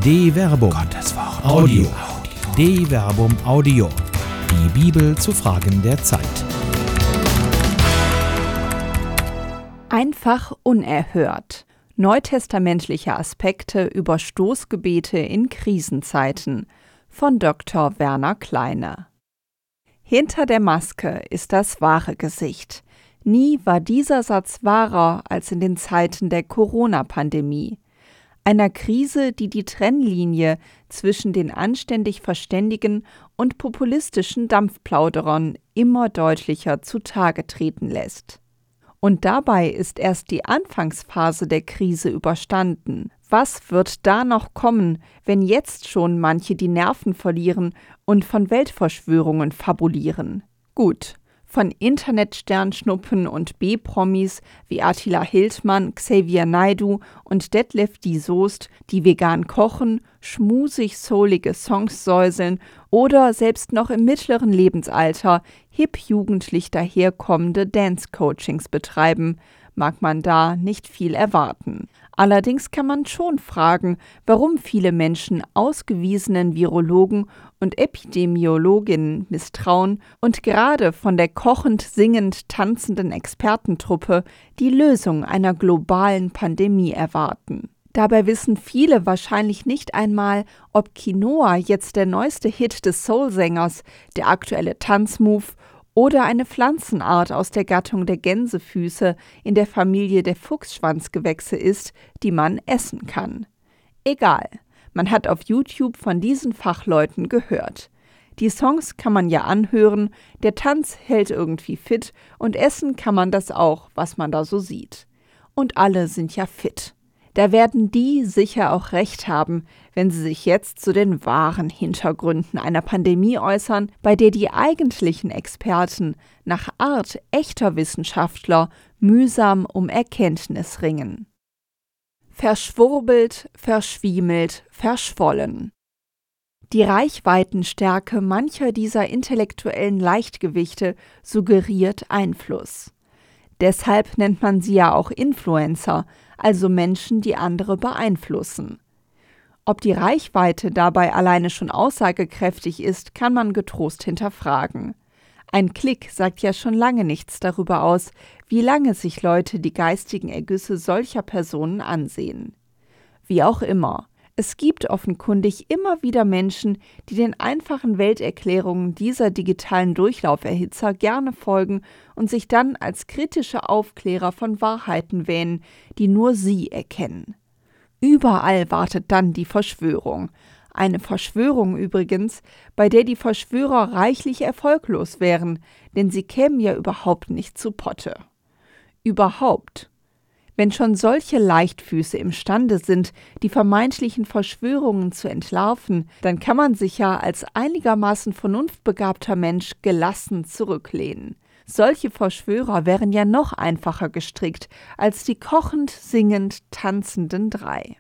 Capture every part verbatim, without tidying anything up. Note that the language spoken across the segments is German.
De Verbum. Gottes Wort. Audio. De Verbum Audio. Die Bibel zu Fragen der Zeit. Einfach unerhört. Neutestamentliche Aspekte über Stoßgebete in Krisenzeiten von Doktor Werner Kleine. Hinter der Maske ist das wahre Gesicht. Nie war dieser Satz wahrer als in den Zeiten der Corona-Pandemie. Einer Krise, die die Trennlinie zwischen den anständig Verständigen und populistischen Dampfplauderern immer deutlicher zutage treten lässt. Und dabei ist erst die Anfangsphase der Krise überstanden. Was wird da noch kommen, wenn jetzt schon manche die Nerven verlieren und von Weltverschwörungen fabulieren? Gut, von Internetsternschnuppen und B-Promis wie Attila Hildmann, Xavier Naidoo und Detlef die Soest, die vegan kochen, schmusig-soulige Songs säuseln oder selbst noch im mittleren Lebensalter hip-jugendlich daherkommende Dance-Coachings betreiben, mag man da nicht viel erwarten. Allerdings kann man schon fragen, warum viele Menschen ausgewiesenen Virologen und Epidemiologinnen misstrauen und gerade von der kochend, singend, tanzenden Expertentruppe die Lösung einer globalen Pandemie erwarten. Dabei wissen viele wahrscheinlich nicht einmal, ob Quinoa jetzt der neueste Hit des Soul-Sängers, der aktuelle Tanzmove oder eine Pflanzenart aus der Gattung der Gänsefüße in der Familie der Fuchsschwanzgewächse ist, die man essen kann. Egal, man hat auf YouTube von diesen Fachleuten gehört. Die Songs kann man ja anhören, der Tanz hält irgendwie fit und essen kann man das auch, was man da so sieht. Und alle sind ja fit. Da werden die sicher auch recht haben, wenn sie sich jetzt zu den wahren Hintergründen einer Pandemie äußern, bei der die eigentlichen Experten nach Art echter Wissenschaftler mühsam um Erkenntnis ringen. Verschwurbelt, verschwiemelt, verschwollen. Die Reichweitenstärke mancher dieser intellektuellen Leichtgewichte suggeriert Einfluss. Deshalb nennt man sie ja auch Influencer, also Menschen, die andere beeinflussen. Ob die Reichweite dabei alleine schon aussagekräftig ist, kann man getrost hinterfragen. Ein Klick sagt ja schon lange nichts darüber aus, wie lange sich Leute die geistigen Ergüsse solcher Personen ansehen. Wie auch immer. Es gibt offenkundig immer wieder Menschen, die den einfachen Welterklärungen dieser digitalen Durchlauferhitzer gerne folgen und sich dann als kritische Aufklärer von Wahrheiten wähnen, die nur sie erkennen. Überall wartet dann die Verschwörung. Eine Verschwörung übrigens, bei der die Verschwörer reichlich erfolglos wären, denn sie kämen ja überhaupt nicht zu Potte. Überhaupt. Wenn schon solche Leichtfüße imstande sind, die vermeintlichen Verschwörungen zu entlarven, dann kann man sich ja als einigermaßen vernunftbegabter Mensch gelassen zurücklehnen. Solche Verschwörer wären ja noch einfacher gestrickt als die kochend, singend, tanzenden drei.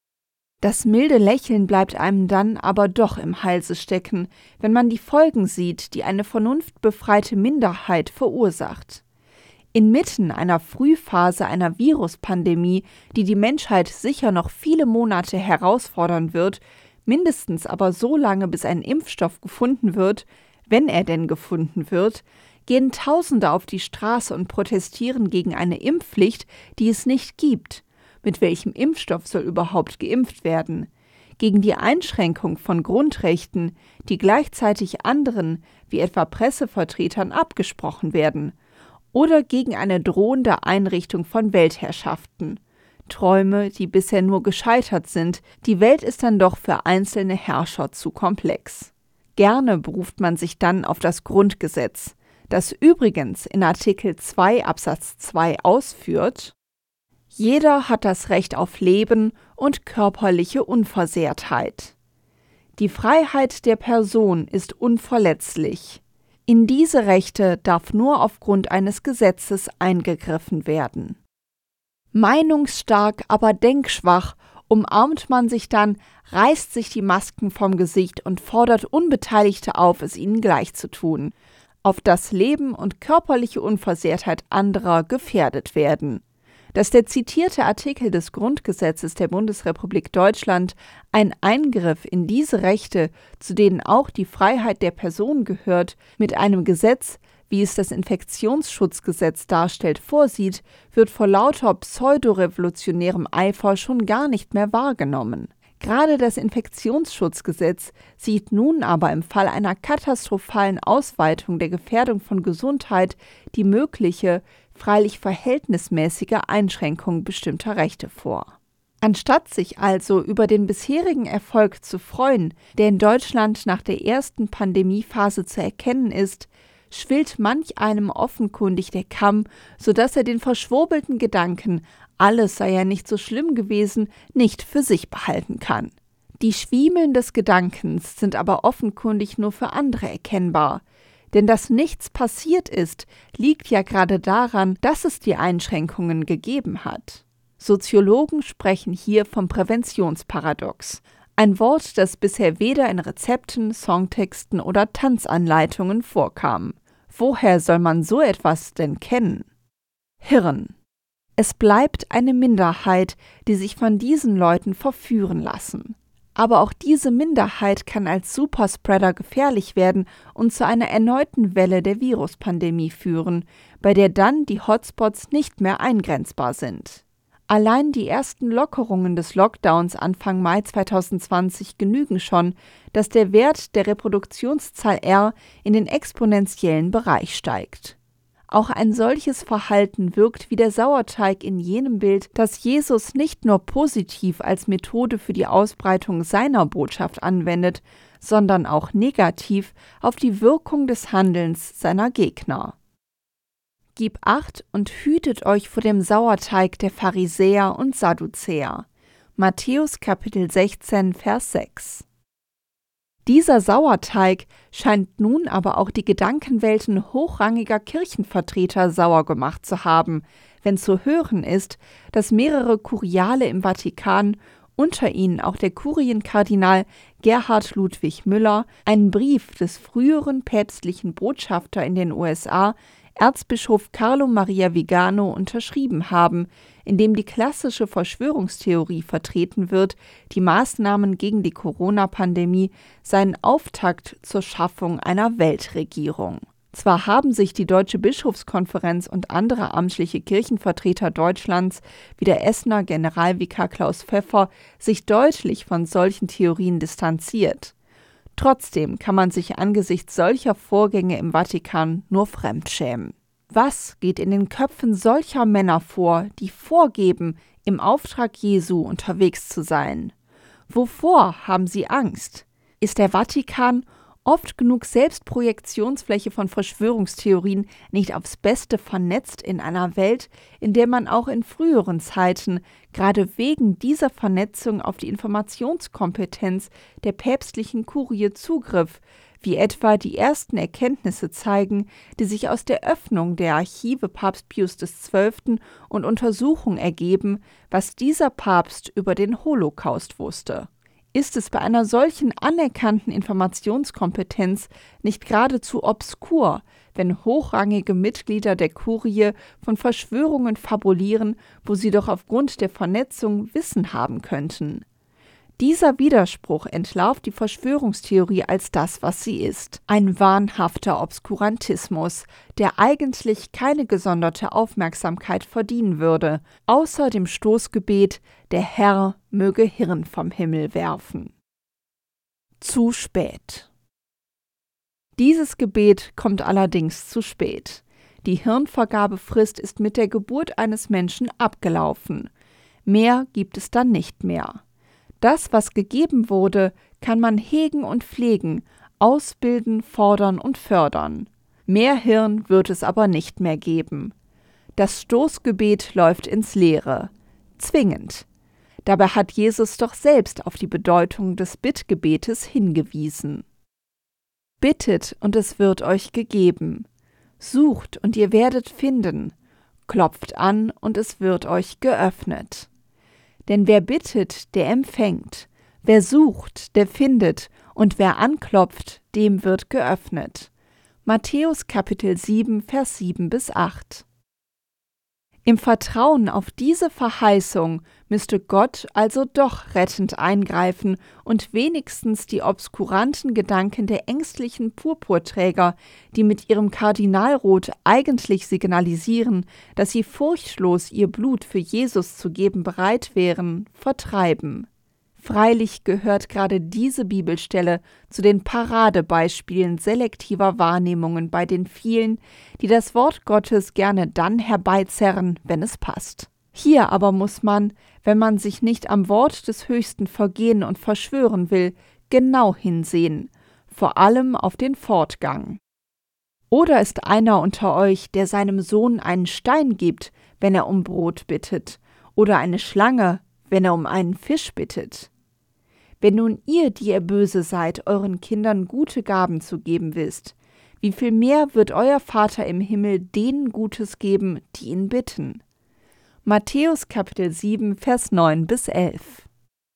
Das milde Lächeln bleibt einem dann aber doch im Halse stecken, wenn man die Folgen sieht, die eine vernunftbefreite Minderheit verursacht. Inmitten einer Frühphase einer Viruspandemie, die die Menschheit sicher noch viele Monate herausfordern wird, mindestens aber so lange, bis ein Impfstoff gefunden wird, wenn er denn gefunden wird, gehen Tausende auf die Straße und protestieren gegen eine Impfpflicht, die es nicht gibt. Mit welchem Impfstoff soll überhaupt geimpft werden? Gegen die Einschränkung von Grundrechten, die gleichzeitig anderen, wie etwa Pressevertretern, abgesprochen werden. Oder gegen eine drohende Einrichtung von Weltherrschaften. Träume, die bisher nur gescheitert sind, die Welt ist dann doch für einzelne Herrscher zu komplex. Gerne beruft man sich dann auf das Grundgesetz, das übrigens in Artikel zwei Absatz zwei ausführt: Jeder hat das Recht auf Leben und körperliche Unversehrtheit. Die Freiheit der Person ist unverletzlich. In diese Rechte darf nur aufgrund eines Gesetzes eingegriffen werden. Meinungsstark, aber denkschwach umarmt man sich dann, reißt sich die Masken vom Gesicht und fordert Unbeteiligte auf, es ihnen gleich zu tun, auf das Leben und körperliche Unversehrtheit anderer gefährdet werden. Dass der zitierte Artikel des Grundgesetzes der Bundesrepublik Deutschland ein Eingriff in diese Rechte, zu denen auch die Freiheit der Person gehört, mit einem Gesetz, wie es das Infektionsschutzgesetz darstellt, vorsieht, wird vor lauter pseudorevolutionärem Eifer schon gar nicht mehr wahrgenommen. Gerade das Infektionsschutzgesetz sieht nun aber im Fall einer katastrophalen Ausweitung der Gefährdung von Gesundheit die mögliche, freilich verhältnismäßige Einschränkung bestimmter Rechte vor. Anstatt sich also über den bisherigen Erfolg zu freuen, der in Deutschland nach der ersten Pandemiephase zu erkennen ist, schwillt manch einem offenkundig der Kamm, sodass er den verschwurbelten Gedanken, alles sei ja nicht so schlimm gewesen, nicht für sich behalten kann. Die Schwiemeln des Gedankens sind aber offenkundig nur für andere erkennbar. Denn dass nichts passiert ist, liegt ja gerade daran, dass es die Einschränkungen gegeben hat. Soziologen sprechen hier vom Präventionsparadox. Ein Wort, das bisher weder in Rezepten, Songtexten oder Tanzanleitungen vorkam. Woher soll man so etwas denn kennen? Hirn. Es bleibt eine Minderheit, die sich von diesen Leuten verführen lassen. Aber auch diese Minderheit kann als Superspreader gefährlich werden und zu einer erneuten Welle der Viruspandemie führen, bei der dann die Hotspots nicht mehr eingrenzbar sind. Allein die ersten Lockerungen des Lockdowns Anfang Mai zweitausendzwanzig genügen schon, dass der Wert der Reproduktionszahl R in den exponentiellen Bereich steigt. Auch ein solches Verhalten wirkt wie der Sauerteig in jenem Bild, das Jesus nicht nur positiv als Methode für die Ausbreitung seiner Botschaft anwendet, sondern auch negativ auf die Wirkung des Handelns seiner Gegner. Gib acht und hütet euch vor dem Sauerteig der Pharisäer und Sadduzäer. Matthäus Kapitel sechzehn, Vers sechs. Dieser Sauerteig scheint nun aber auch die Gedankenwelten hochrangiger Kirchenvertreter sauer gemacht zu haben, wenn zu hören ist, dass mehrere Kuriale im Vatikan, unter ihnen auch der Kurienkardinal Gerhard Ludwig Müller, einen Brief des früheren päpstlichen Botschafter in den U S A, Erzbischof Carlo Maria Vigano, unterschrieben haben, in dem die klassische Verschwörungstheorie vertreten wird, die Maßnahmen gegen die Corona-Pandemie seien Auftakt zur Schaffung einer Weltregierung. Zwar haben sich die Deutsche Bischofskonferenz und andere amtliche Kirchenvertreter Deutschlands, wie der Essener Generalvikar Klaus Pfeffer, sich deutlich von solchen Theorien distanziert. Trotzdem kann man sich angesichts solcher Vorgänge im Vatikan nur fremdschämen. Was geht in den Köpfen solcher Männer vor, die vorgeben, im Auftrag Jesu unterwegs zu sein? Wovor haben sie Angst? Ist der Vatikan, oft genug Selbstprojektionsfläche von Verschwörungstheorien, nicht aufs Beste vernetzt in einer Welt, in der man auch in früheren Zeiten gerade wegen dieser Vernetzung auf die Informationskompetenz der päpstlichen Kurie zugriff, wie etwa die ersten Erkenntnisse zeigen, die sich aus der Öffnung der Archive Papst Pius des Zwölften und Untersuchung ergeben, was dieser Papst über den Holocaust wusste? Ist es bei einer solchen anerkannten Informationskompetenz nicht geradezu obskur, wenn hochrangige Mitglieder der Kurie von Verschwörungen fabulieren, wo sie doch aufgrund der Vernetzung Wissen haben könnten? Dieser Widerspruch entlarvt die Verschwörungstheorie als das, was sie ist: ein wahnhafter Obskurantismus, der eigentlich keine gesonderte Aufmerksamkeit verdienen würde, außer dem Stoßgebet, der Herr möge Hirn vom Himmel werfen. Zu spät. Dieses Gebet kommt allerdings zu spät. Die Hirnvergabefrist ist mit der Geburt eines Menschen abgelaufen. Mehr gibt es dann nicht mehr. Das, was gegeben wurde, kann man hegen und pflegen, ausbilden, fordern und fördern. Mehr Hirn wird es aber nicht mehr geben. Das Stoßgebet läuft ins Leere. Zwingend. Dabei hat Jesus doch selbst auf die Bedeutung des Bittgebetes hingewiesen. Bittet und es wird euch gegeben. Sucht und ihr werdet finden. Klopft an und es wird euch geöffnet. Denn wer bittet, der empfängt, wer sucht, der findet, und wer anklopft, dem wird geöffnet. Matthäus Kapitel sieben, Vers sieben bis acht. Im Vertrauen auf diese Verheißung müsste Gott also doch rettend eingreifen und wenigstens die obskuranten Gedanken der ängstlichen Purpurträger, die mit ihrem Kardinalrot eigentlich signalisieren, dass sie furchtlos ihr Blut für Jesus zu geben bereit wären, vertreiben. Freilich gehört gerade diese Bibelstelle zu den Paradebeispielen selektiver Wahrnehmungen bei den vielen, die das Wort Gottes gerne dann herbeizerren, wenn es passt. Hier aber muss man, wenn man sich nicht am Wort des Höchsten vergehen und verschwören will, genau hinsehen, vor allem auf den Fortgang. Oder ist einer unter euch, der seinem Sohn einen Stein gibt, wenn er um Brot bittet, oder eine Schlange, wenn er um einen Fisch bittet? Wenn nun ihr, die ihr böse seid, euren Kindern gute Gaben zu geben wisst, wie viel mehr wird euer Vater im Himmel denen Gutes geben, die ihn bitten? Matthäus Kapitel sieben, Vers neun bis elf.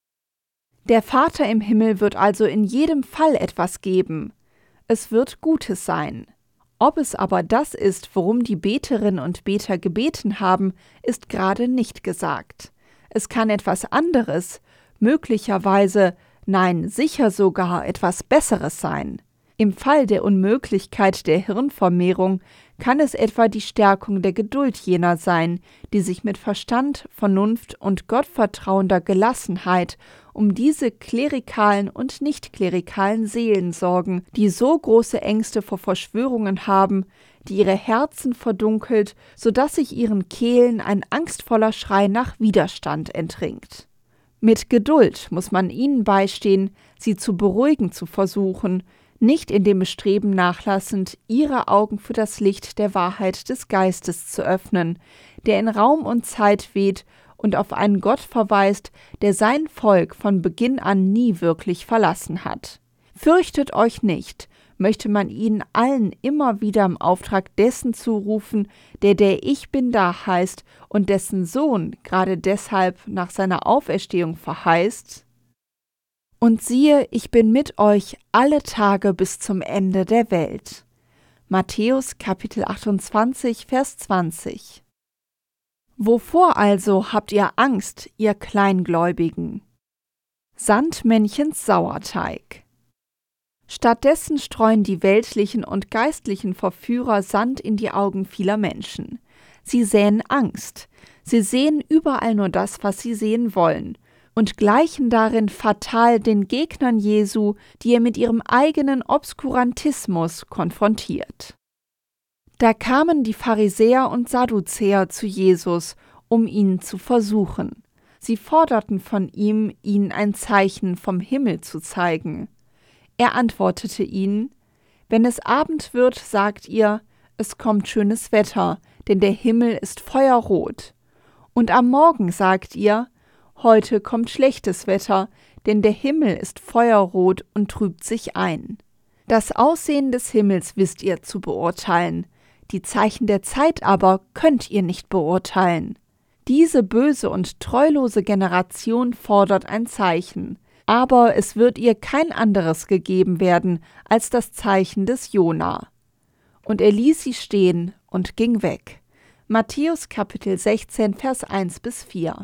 Der Vater im Himmel wird also in jedem Fall etwas geben. Es wird Gutes sein. Ob es aber das ist, worum die Beterinnen und Beter gebeten haben, ist gerade nicht gesagt. Es kann etwas anderes, möglicherweise, nein, sicher sogar etwas Besseres sein. Im Fall der Unmöglichkeit der Hirnvermehrung kann es etwa die Stärkung der Geduld jener sein, die sich mit Verstand, Vernunft und gottvertrauender Gelassenheit um diese klerikalen und nicht klerikalen Seelen sorgen, die so große Ängste vor Verschwörungen haben, die ihre Herzen verdunkelt, so dass sich ihren Kehlen ein angstvoller Schrei nach Widerstand entringt. Mit Geduld muss man ihnen beistehen, sie zu beruhigen zu versuchen, nicht in dem Bestreben nachlassend, ihre Augen für das Licht der Wahrheit des Geistes zu öffnen, der in Raum und Zeit weht und auf einen Gott verweist, der sein Volk von Beginn an nie wirklich verlassen hat. Fürchtet euch nicht, möchte man ihnen allen immer wieder im Auftrag dessen zurufen, der der Ich Bin da heißt und dessen Sohn gerade deshalb nach seiner Auferstehung verheißt: Und siehe, ich bin mit euch alle Tage bis zum Ende der Welt. Matthäus Kapitel achtundzwanzig, Vers zwanzig. Wovor also habt ihr Angst, ihr Kleingläubigen? Sandmännchens Sauerteig. Stattdessen streuen die weltlichen und geistlichen Verführer Sand in die Augen vieler Menschen. Sie säen Angst. Sie sehen überall nur das, was sie sehen wollen, und gleichen darin fatal den Gegnern Jesu, die er mit ihrem eigenen Obskurantismus konfrontiert. Da kamen die Pharisäer und Sadduzäer zu Jesus, um ihn zu versuchen. Sie forderten von ihm, ihnen ein Zeichen vom Himmel zu zeigen. Er antwortete ihnen: Wenn es Abend wird, sagt ihr, es kommt schönes Wetter, denn der Himmel ist feuerrot. Und am Morgen sagt ihr, heute kommt schlechtes Wetter, denn der Himmel ist feuerrot und trübt sich ein. Das Aussehen des Himmels wisst ihr zu beurteilen, die Zeichen der Zeit aber könnt ihr nicht beurteilen. Diese böse und treulose Generation fordert ein Zeichen, aber es wird ihr kein anderes gegeben werden als das Zeichen des Jona. Und er ließ sie stehen und ging weg. Matthäus Kapitel sechzehn, Vers eins bis vier.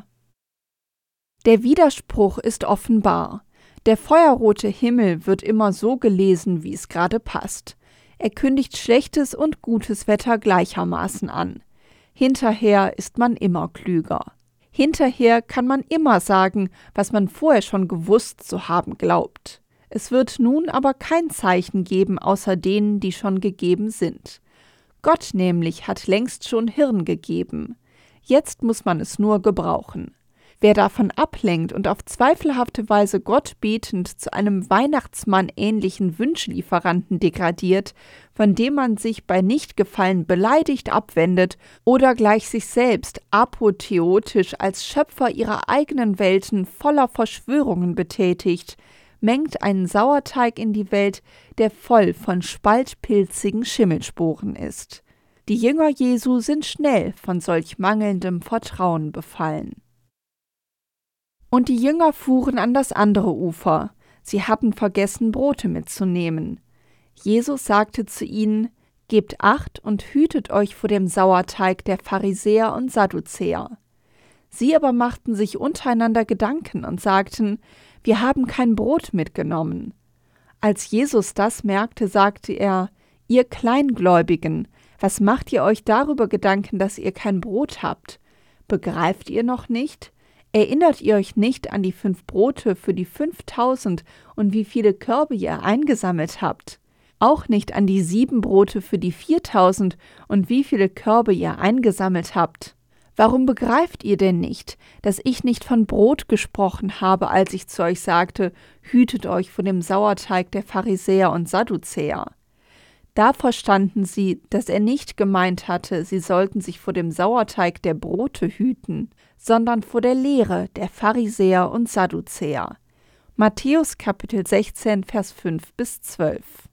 Der Widerspruch ist offenbar. Der feuerrote Himmel wird immer so gelesen, wie es gerade passt. Er kündigt schlechtes und gutes Wetter gleichermaßen an. Hinterher ist man immer klüger. Hinterher kann man immer sagen, was man vorher schon gewusst zu haben glaubt. Es wird nun aber kein Zeichen geben, außer denen, die schon gegeben sind. Gott nämlich hat längst schon Hirn gegeben. Jetzt muss man es nur gebrauchen. Wer davon ablenkt und auf zweifelhafte Weise Gott betend zu einem Weihnachtsmann-ähnlichen Wünschlieferanten degradiert, von dem man sich bei Nichtgefallen beleidigt abwendet oder gleich sich selbst apotheotisch als Schöpfer ihrer eigenen Welten voller Verschwörungen betätigt, mengt einen Sauerteig in die Welt, der voll von spaltpilzigen Schimmelsporen ist. Die Jünger Jesu sind schnell von solch mangelndem Vertrauen befallen. Und die Jünger fuhren an das andere Ufer. Sie hatten vergessen, Brote mitzunehmen. Jesus sagte zu ihnen: Gebt Acht und hütet euch vor dem Sauerteig der Pharisäer und Sadduzäer. Sie aber machten sich untereinander Gedanken und sagten, wir haben kein Brot mitgenommen. Als Jesus das merkte, sagte er, ihr Kleingläubigen, was macht ihr euch darüber Gedanken, dass ihr kein Brot habt? Begreift ihr noch nicht? Erinnert ihr euch nicht an die fünf Brote für die fünftausend und wie viele Körbe ihr eingesammelt habt? Auch nicht an die sieben Brote für die viertausend und wie viele Körbe ihr eingesammelt habt? Warum begreift ihr denn nicht, dass ich nicht von Brot gesprochen habe, als ich zu euch sagte, hütet euch vor dem Sauerteig der Pharisäer und Sadduzäer? Da verstanden sie, dass er nicht gemeint hatte, sie sollten sich vor dem Sauerteig der Brote hüten, sondern vor der Lehre der Pharisäer und Sadduzäer. Matthäus Kapitel sechzehn, Vers fünf bis zwölf.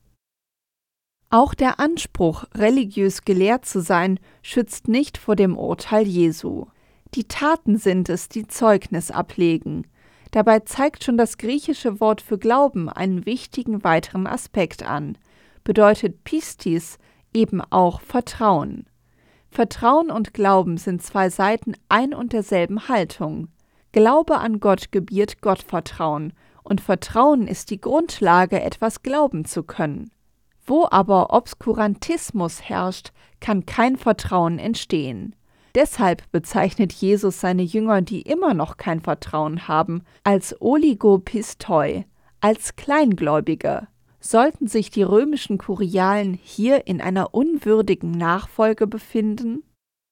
Auch der Anspruch, religiös gelehrt zu sein, schützt nicht vor dem Urteil Jesu. Die Taten sind es, die Zeugnis ablegen. Dabei zeigt schon das griechische Wort für Glauben einen wichtigen weiteren Aspekt an. Bedeutet Pistis eben auch Vertrauen. Vertrauen und Glauben sind zwei Seiten ein und derselben Haltung. Glaube an Gott gebiert Gottvertrauen, und Vertrauen ist die Grundlage, etwas glauben zu können. Wo aber Obskurantismus herrscht, kann kein Vertrauen entstehen. Deshalb bezeichnet Jesus seine Jünger, die immer noch kein Vertrauen haben, als Oligopistoi, als Kleingläubige. Sollten sich die römischen Kurialen hier in einer unwürdigen Nachfolge befinden?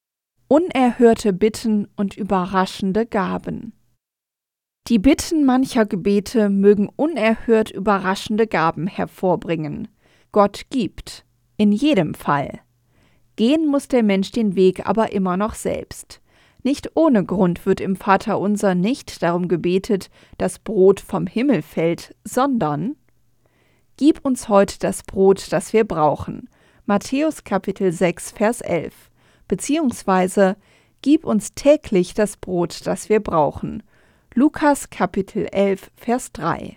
Unerhörte Bitten und überraschende Gaben. Die Bitten mancher Gebete mögen unerhört überraschende Gaben hervorbringen. Gott gibt, in jedem Fall. Gehen muss der Mensch den Weg aber immer noch selbst. Nicht ohne Grund wird im Vaterunser nicht darum gebetet, dass Brot vom Himmel fällt, sondern Gib uns heute das Brot, das wir brauchen. Matthäus Kapitel sechs, Vers elf. Beziehungsweise Gib uns täglich das Brot, das wir brauchen. Lukas Kapitel elf, Vers drei.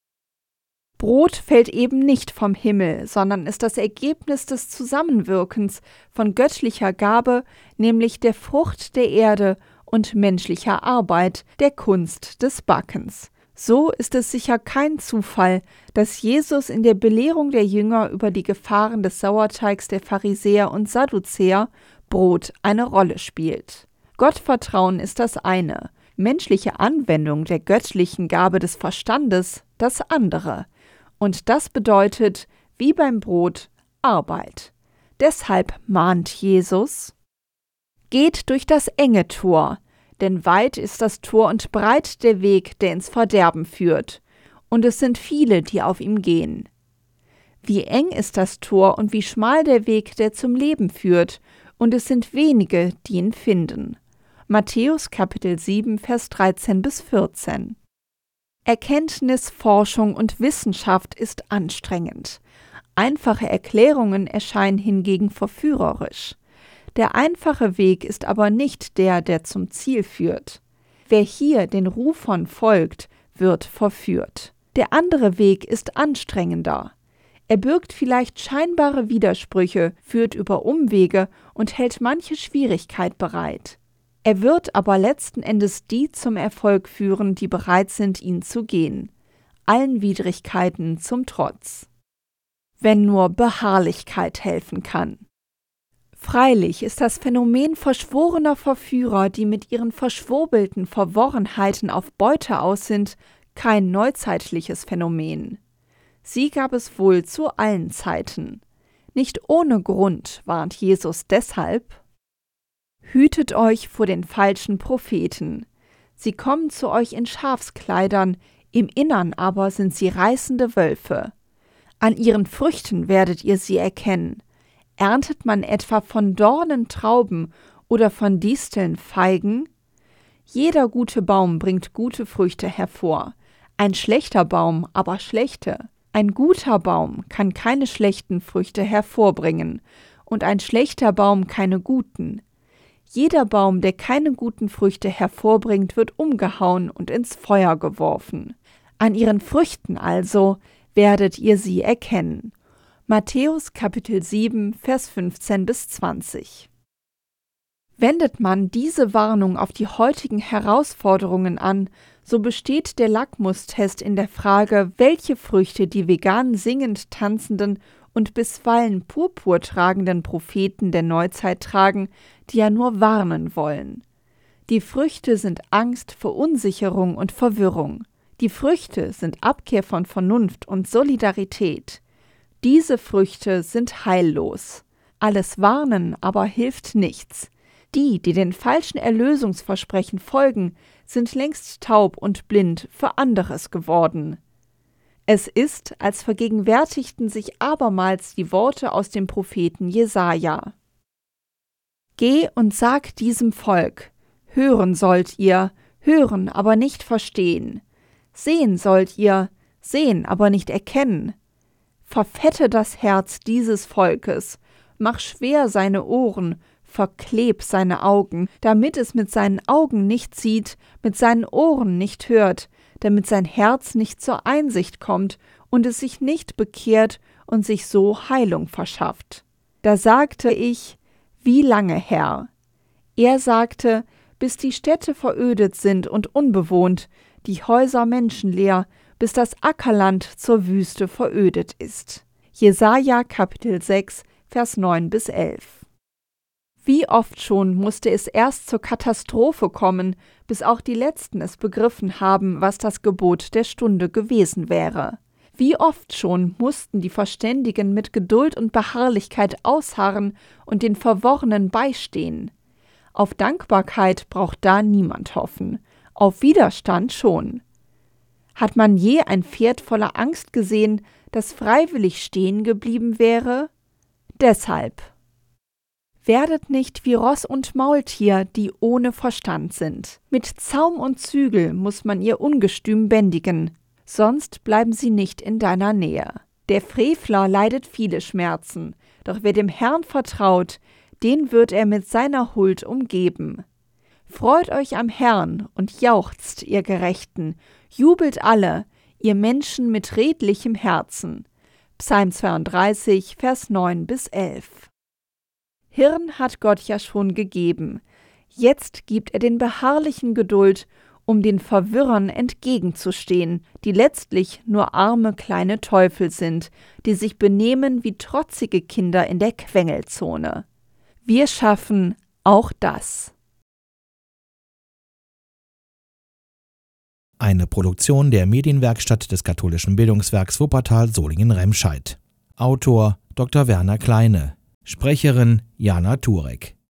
Brot fällt eben nicht vom Himmel, sondern ist das Ergebnis des Zusammenwirkens von göttlicher Gabe, nämlich der Frucht der Erde und menschlicher Arbeit, der Kunst des Backens. So ist es sicher kein Zufall, dass Jesus in der Belehrung der Jünger über die Gefahren des Sauerteigs der Pharisäer und Sadduzäer Brot eine Rolle spielt. Gottvertrauen ist das eine, menschliche Anwendung der göttlichen Gabe des Verstandes das andere. Und das bedeutet, wie beim Brot, Arbeit. Deshalb mahnt Jesus: Geht durch das enge Tor, denn weit ist das Tor und breit der Weg, der ins Verderben führt, und es sind viele, die auf ihm gehen. Wie eng ist das Tor und wie schmal der Weg, der zum Leben führt, und es sind wenige, die ihn finden. Matthäus Kapitel sieben, Vers dreizehn bis vierzehn. Erkenntnis, Forschung und Wissenschaft ist anstrengend. Einfache Erklärungen erscheinen hingegen verführerisch. Der einfache Weg ist aber nicht der, der zum Ziel führt. Wer hier den Rufern folgt, wird verführt. Der andere Weg ist anstrengender. Er birgt vielleicht scheinbare Widersprüche, führt über Umwege und hält manche Schwierigkeit bereit. Er wird aber letzten Endes die zum Erfolg führen, die bereit sind, ihn zu gehen, allen Widrigkeiten zum Trotz. Wenn nur Beharrlichkeit helfen kann. Freilich ist das Phänomen verschworener Verführer, die mit ihren verschwurbelten Verworrenheiten auf Beute aus sind, kein neuzeitliches Phänomen. Sie gab es wohl zu allen Zeiten. Nicht ohne Grund warnt Jesus deshalb: Hütet euch vor den falschen Propheten. Sie kommen zu euch in Schafskleidern, im Innern aber sind sie reißende Wölfe. An ihren Früchten werdet ihr sie erkennen. Erntet man etwa von Dornen Trauben oder von Disteln Feigen? Jeder gute Baum bringt gute Früchte hervor, ein schlechter Baum aber schlechte. Ein guter Baum kann keine schlechten Früchte hervorbringen und ein schlechter Baum keine guten. Jeder Baum, der keine guten Früchte hervorbringt, wird umgehauen und ins Feuer geworfen. An ihren Früchten also werdet ihr sie erkennen. Matthäus Kapitel sieben, Vers fünfzehn bis zwanzig. Wendet man diese Warnung auf die heutigen Herausforderungen an, so besteht der Lackmustest in der Frage, welche Früchte die vegan singend tanzenden und bisweilen Purpur tragenden Propheten der Neuzeit tragen, die ja nur warnen wollen. Die Früchte sind Angst, Verunsicherung und Verwirrung. Die Früchte sind Abkehr von Vernunft und Solidarität. Diese Früchte sind heillos. Alles Warnen aber hilft nichts. Die, die den falschen Erlösungsversprechen folgen, sind längst taub und blind für anderes geworden. Es ist, als vergegenwärtigten sich abermals die Worte aus dem Propheten Jesaja. Geh und sag diesem Volk: Hören sollt ihr, hören, aber nicht verstehen. Sehen sollt ihr, sehen, aber nicht erkennen. Verfette das Herz dieses Volkes, mach schwer seine Ohren, verkleb seine Augen, damit es mit seinen Augen nicht sieht, mit seinen Ohren nicht hört, damit sein Herz nicht zur Einsicht kommt und es sich nicht bekehrt und sich so Heilung verschafft. Da sagte ich: Wie lange, Herr? Er sagte: Bis die Städte verödet sind und unbewohnt, die Häuser menschenleer, bis das Ackerland zur Wüste verödet ist. Jesaja Kapitel sechs, Vers neun bis elf. Wie oft schon musste es erst zur Katastrophe kommen, bis auch die Letzten es begriffen haben, was das Gebot der Stunde gewesen wäre. Wie oft schon mussten die Verständigen mit Geduld und Beharrlichkeit ausharren und den Verworrenen beistehen. Auf Dankbarkeit braucht da niemand hoffen, auf Widerstand schon. Hat man je ein Pferd voller Angst gesehen, das freiwillig stehen geblieben wäre? Deshalb: Werdet nicht wie Ross und Maultier, die ohne Verstand sind. Mit Zaum und Zügel muss man ihr Ungestüm bändigen, sonst bleiben sie nicht in deiner Nähe. Der Frevler leidet viele Schmerzen, doch wer dem Herrn vertraut, den wird er mit seiner Huld umgeben. Freut euch am Herrn und jauchzt, ihr Gerechten, jubelt alle, ihr Menschen mit redlichem Herzen. Psalm zweiunddreißig, Vers neun bis elf. Hirn hat Gott ja schon gegeben. Jetzt gibt er den Beharrlichen Geduld, um den Verwirrern entgegenzustehen, die letztlich nur arme kleine Teufel sind, die sich benehmen wie trotzige Kinder in der Quengelzone. Wir schaffen auch das. Eine Produktion der Medienwerkstatt des katholischen Bildungswerks Wuppertal Solingen-Remscheid. Autor Doktor Werner Kleine. Sprecherin Jana Turek.